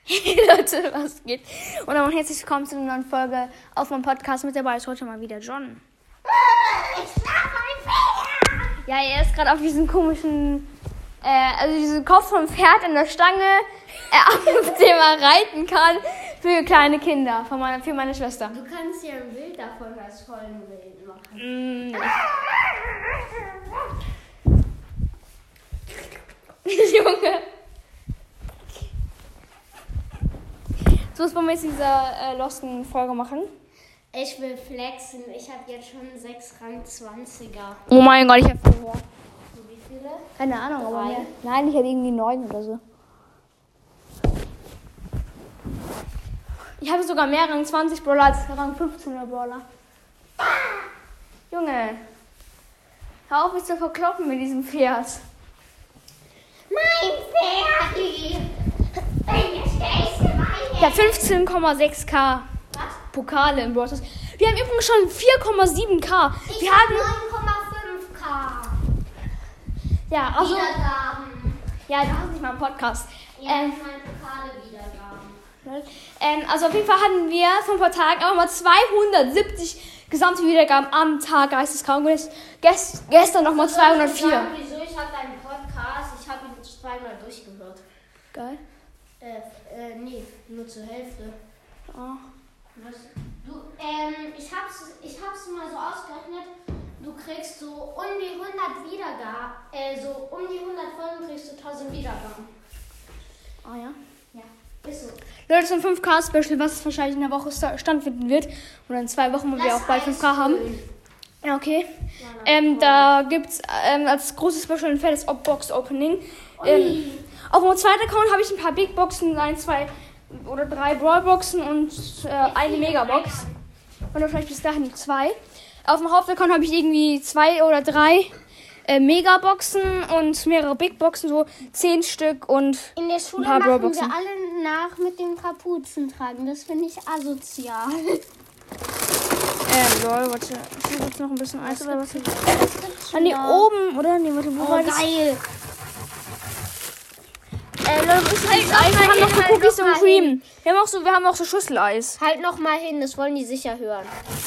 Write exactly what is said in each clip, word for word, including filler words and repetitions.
Hey Leute, was geht? Und dann herzlich willkommen zu einer neuen Folge auf meinem Podcast. Mit dabei ist heute mal wieder John. Ich schlaf ein Pferd! Ja, er ist gerade auf diesem komischen, äh, also diesen Kopf vom Pferd in der Stange, äh, auf dem er reiten kann für kleine Kinder, von meiner, für meine Schwester. Du kannst ja ein Bild davon als vollen Bild machen. Mm. Junge. So, was wollen wir jetzt in dieser äh, losten Folge machen? Ich will flexen. Ich habe jetzt schon sechs Rang zwanziger. Oh mein Gott, ich habe vorher. So, wie viele? Keine Ahnung, aber Drei. mehr. Nein, ich hatte irgendwie neun oder so. Ich habe sogar mehr Rang zwanzig Brawler als Rang fünfzehner Brawler. Junge. Hör auf, mich zu verkloppen mit diesem Pferd. Mein Pferd! Ich habe fünfzehn Komma sechs K Was? Pokale im Brawl Stars. Wir haben übrigens schon vier Komma sieben K. Ich Wir habe haben... neun Komma fünf K. Ja, also... Wiedergaben. Ja, du hast nicht mal einen Podcast. Ja, Ähm, meine Pokale-Wiedergaben. ähm, also auf jeden Fall hatten wir vor ein paar Tagen auch mal zweihundertsiebzig gesamte Wiedergaben am Tag. Geisteskrank. Und jetzt gest, gestern nochmal zweihundertvier. Sagen, wieso? Ich habe deinen Podcast, ich habe ihn zweimal durchgehört. Geil. Äh, äh, nee, nur zur Hälfte. Oh. Was? Du, ähm, ich hab's, ich hab's mal so ausgerechnet, du kriegst so um die hundert Wiedergaben, äh, so um die hundert Folgen kriegst du tausend Wiedergaben. Ah ja. Ja, ist so. Leute, so ein fünf K-Special, was wahrscheinlich in der Woche sta- stattfinden wird. Oder in zwei Wochen, wo wir Lass auch bald fünf K Eis haben. holen. Ja, okay. Ja, na, Ähm, cool. da gibt's ähm, als großes Special ein fettes Box-Opening. Ähm, auf meinem zweiten Account habe ich ein paar Big Boxen, ein, zwei oder drei Brawl-Boxen und äh, eine Megabox. Und dann vielleicht bis dahin zwei. Auf dem Hauptaccount habe ich irgendwie zwei oder drei äh, Megaboxen und mehrere Big Boxen, so zehn Stück und In der Schule ein paar machen wir Brawlboxen. alle nach mit dem Kapuzen tragen. Das finde ich asozial. Ähm, lol, warte. Ich muss jetzt noch ein bisschen Eis oder was? Das Ah, nee, oben, oder? Nee, warte, wo Oh, war das? geil. Äh, Leute, wo ist denn das Eis? Wir haben noch so halt Cookies noch und mal Cream. Wir haben auch so, wir haben auch so Schüsseleis. Halt noch mal hin, das wollen die sicher hören.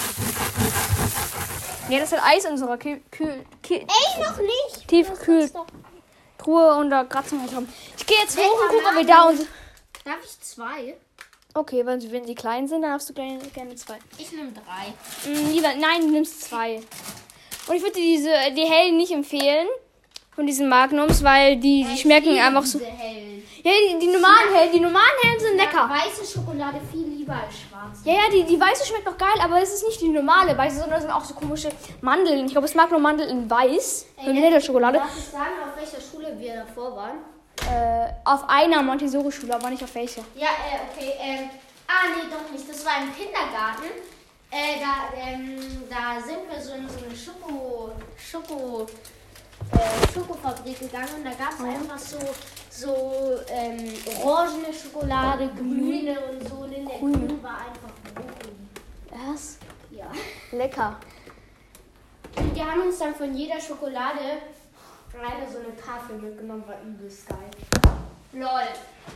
Ja, das ist halt Eis in unserer Kühl, Kühl, Kühl, Ey, noch nicht. Tiefkühl- Das ist doch- Truhe und da Kratzen halt haben. Ich gehe jetzt hoch und Lecker, gucke, ob wir da und... Darf ich zwei? Okay, wenn sie, wenn sie klein sind, dann darfst du gerne, gerne zwei. Ich nehme drei. Mm, lieber, nein, du nimmst zwei. Und ich würde dir diese, die hellen nicht empfehlen. Von diesen Magnums, weil die, die schmecken einfach so... Diese hellen. Ja, die, die normalen hellen, die normalen hellen sind lecker. Weiße Schokolade viel lieber als schwarze. Ja, ja, die, die weiße schmeckt noch geil, aber es ist nicht die normale weiße, sondern es sind auch so komische Mandeln. Ich glaube, es mag nur Mandeln in weiß. Ey, Für Vanilleschokolade. Darf ich sagen, auf welcher Schule wir davor waren? Äh, auf einer Montessori-Schule, aber nicht auf welcher. Ja, äh, okay, ähm. Ah, nee, doch nicht. Das war im Kindergarten. Äh, da, ähm, da sind wir so in so eine Schoko, Schoko, äh, Schokofabrik gegangen und da gab es einfach so, so, ähm, orangene Schokolade, grüne und so. Und in der Grüne. grünen war einfach Brokkoli. Was? Ja. Lecker. Und die haben uns dann von jeder Schokolade leider so eine Tafel mitgenommen, war übelst geil. Lol.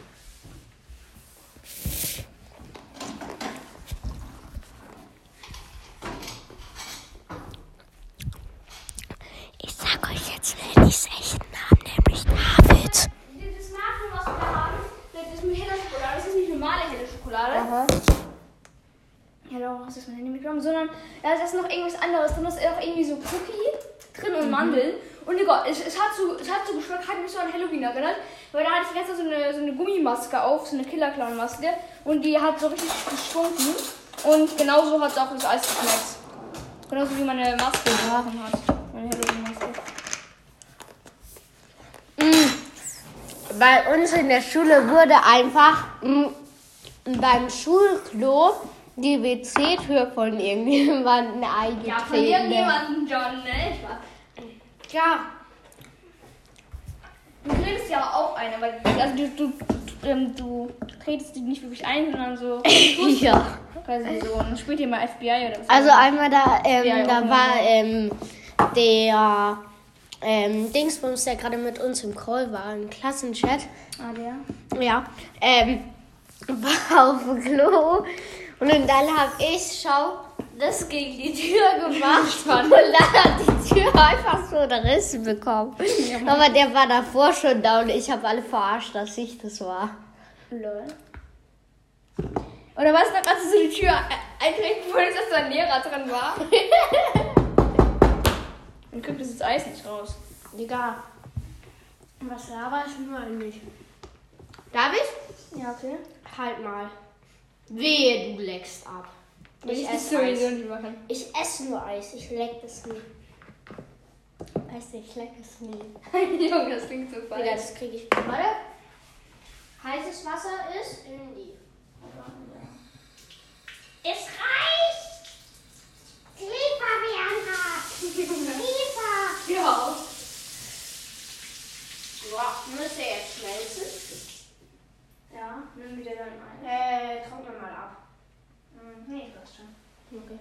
Ich sag euch jetzt Lillys echten Namen, nämlich David. Das Magnum, was wir da haben, das ist mit heller Schokolade. Das ist nicht normale helle Schokolade. Aha. Ja, da hast du jetzt mein Handy mitgenommen, sondern da ist noch irgendwas anderes drin. Da ist auch irgendwie so Cookie drin und Mandeln. Und Digga, es, es hat so, es hat so geschmeckt, hat mich so an Halloween erinnert. Weil da hatte ich letztens so eine, so eine Gummimaske auf, so eine Killer-Clown-Maske. Und die hat so richtig gestunken. Und genauso hat auch das Eis geschmeckt. Genauso wie meine Maske gerochen hat. Meine Halloween-Maske. Mm. Bei uns in der Schule wurde einfach mm, beim Schulklo die W C-Tür von irgendjemandem eingetreten. Ja, von irgendjemandem, John, ne? Ich war. Ja. Du tretest ja auch ein, aber also du, du, du, ähm, du tretest die nicht wirklich ein, sondern so. Ja. Quasi so. Und dann spielt ihr mal F B I oder was? Also einmal da, ähm, Ja, da auch war mal. ähm, der ähm, Dingsbums, der gerade mit uns im Call war, im Klassenchat. Ah, der. Ja. Ähm, war auf dem Klo. Und dann habe ich, schau, das gegen die Tür gemacht. Und dann hat die Tür einfach so einen Riss bekommen. Aber der war davor schon da und ich habe alle verarscht, dass ich das war. Lol. Oder was, als du so die Tür eintreten wolltest, dass da ein Lehrer drin war? Dann kommt das Eis nicht raus. Digga, was laber ich nur eigentlich? Darf ich? Ja, okay. Halt mal. Wehe, du leckst ab. Ich, ich esse sowieso Eis. nicht machen. Ich esse nur Eis, ich leck das nie. Weißt du, ich leck es nie. Junge, das klingt so Digga, falsch. das krieg ich. Warte. Heißes Wasser ist in die. Es reicht! Liefer, Bianca! Liefer! Ja. So, muss er jetzt schmelzen? Ja, nimm wieder dann ein. Äh, trockne mal ab. Hm, nee, passt schon. Okay.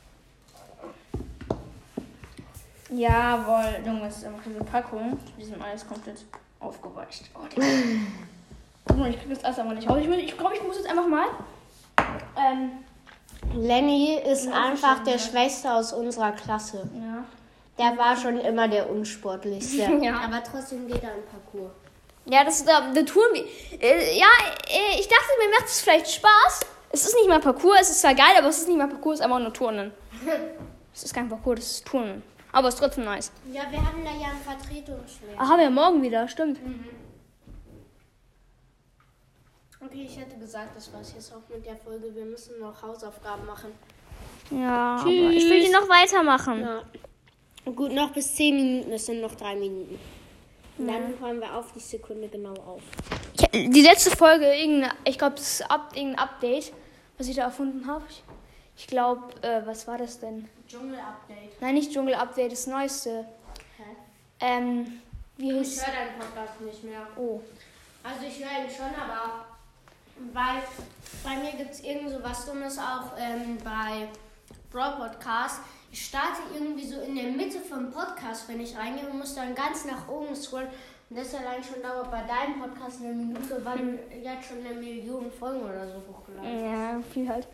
Jawohl, Junge, das ist einfach diese Packung. Die sind alles komplett aufgeweicht. Oh, Junge, ich krieg das alles aber nicht raus. Ich glaube, ich, glaub, ich muss jetzt einfach mal. Ähm, Lenny ist Ja, einfach schon, der ja. Schwächste aus unserer Klasse. ja. Der war schon immer der unsportlichste. Ja. Aber trotzdem geht er im Parcours. Ja, das ist da, da tun wir. Äh, ja, äh, ich dachte, mir macht es vielleicht Spaß. Es ist nicht mal Parcours, es ist zwar geil, aber es ist nicht mal Parcours, es ist einfach nur Turnen. Es ist kein Parcours, das ist Turnen. Aber es ist trotzdem nice. Ja, wir haben da ja einen Vertretungsschläger. Ach, haben wir morgen wieder, stimmt. Okay, ich hätte gesagt, das war's jetzt auch mit der Folge. Wir müssen noch Hausaufgaben machen. Ja, Tschüss. aber ich will die noch weitermachen. Ja. Gut, noch bis zehn Minuten. Es sind noch drei Minuten. Und dann hören wir auf die Sekunde genau auf. Ich, die letzte Folge, irgendeine, ich glaube, das ist up, irgendein Update, was ich da erfunden habe. Ich, ich glaube, äh, was war das denn? Dschungel-Update. Nein, nicht Dschungel-Update, das Neueste. Hä? Ähm, wie Ich hieß höre deinen Podcast nicht mehr. Oh. Also ich höre ihn schon, aber weil bei mir gibt es irgend so was Dummes auch ähm, bei Brawl Podcast. Ich starte irgendwie so in der Mitte vom Podcast, wenn ich reingehe und muss dann ganz nach oben scrollen. Und das allein schon dauert bei deinem Podcast eine Minute, weil du jetzt schon eine Million Folgen oder so hochgeladen hast. Ja, viel halt.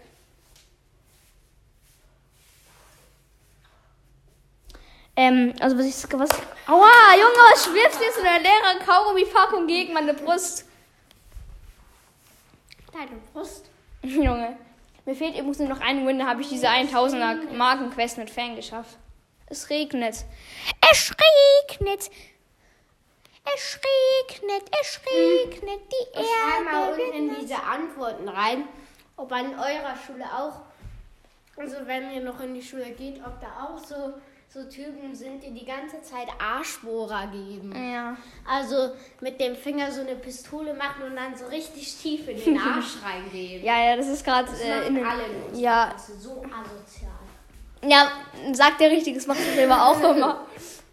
Ähm, also was ich... Was, aua, Junge, was schwirfst du jetzt in der leeren Kaugummi-Packung gegen meine Brust? Deine Brust? Junge. Mir fehlt übrigens nur noch ein Win, da habe ich diese tausender Markenquest mit Fan geschafft. Es regnet. Es regnet. Es regnet. Es regnet. Die Ich schreibe mal Erde unten in wird diese Antworten rein, ob an eurer Schule auch, also wenn ihr noch in die Schule geht, ob da auch so, so Typen sind, die die ganze Zeit Arschbohrer geben. Ja. Also mit dem Finger so eine Pistole machen und dann so richtig tief in den Arsch reingehen. Ja, ja, das ist gerade Das äh, machen in den, alle in unserer ja, Klasse. So asozial. ja, sagt der richtig, das macht er selber auch immer.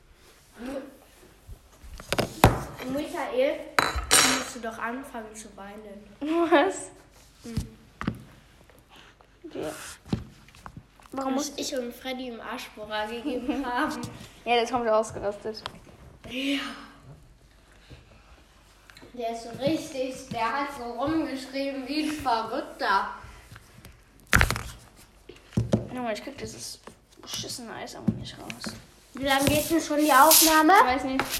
Michael, musst du doch anfangen zu weinen. Was? Ja. Warum muss Muss ich und Freddy im Arschbohrer gegeben haben. Ja, der ist komplett ausgerastet. Ja. Der ist so richtig, der hat so rumgeschrieben wie ein Verrückter. Junge, ich krieg dieses beschissene Eis aber nicht raus. Wie lange geht denn schon die Aufnahme? Ich weiß nicht.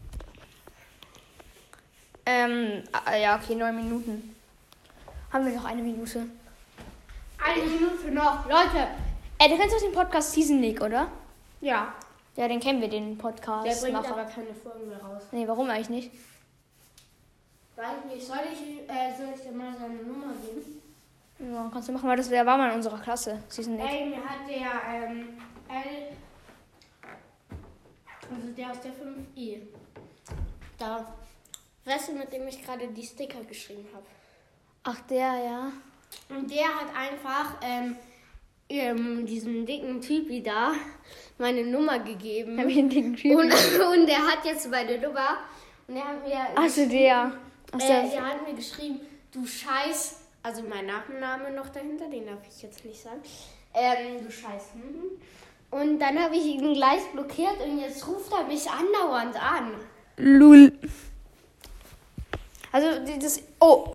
Ähm, ah, ja, okay, neun Minuten. Haben wir noch eine Minute? Eine Minute noch. Leute. Ey, du kennst doch den Podcast Season League, oder? Ja. Ja, den kennen wir, den Podcast. Der bringt aber keine Folgen mehr raus. Nee, warum eigentlich nicht? Weiß nicht. Soll ich, äh, soll ich dir mal seine Nummer geben? Ja, kannst du machen, weil das der war mal in unserer Klasse. Season League. Ey, mir hat der, ähm, L, also der aus der fünf i. Da. Weißt du, mit dem ich gerade die Sticker geschrieben habe? Ach, der, ja. Und der hat einfach ähm, ähm, diesem dicken Typi da meine Nummer gegeben. Hab ich einen dicken Typen. Und, und der hat jetzt meine Nummer. Und er hat mir, Achso, der. Aus äh, der. er hat mir geschrieben, du Scheiß, also mein Nachname noch dahinter, den darf ich jetzt nicht sagen. Ähm, du Scheiß. Hm. Und dann habe ich ihn gleich blockiert und jetzt ruft er mich andauernd an. Lul. Also, das. Oh.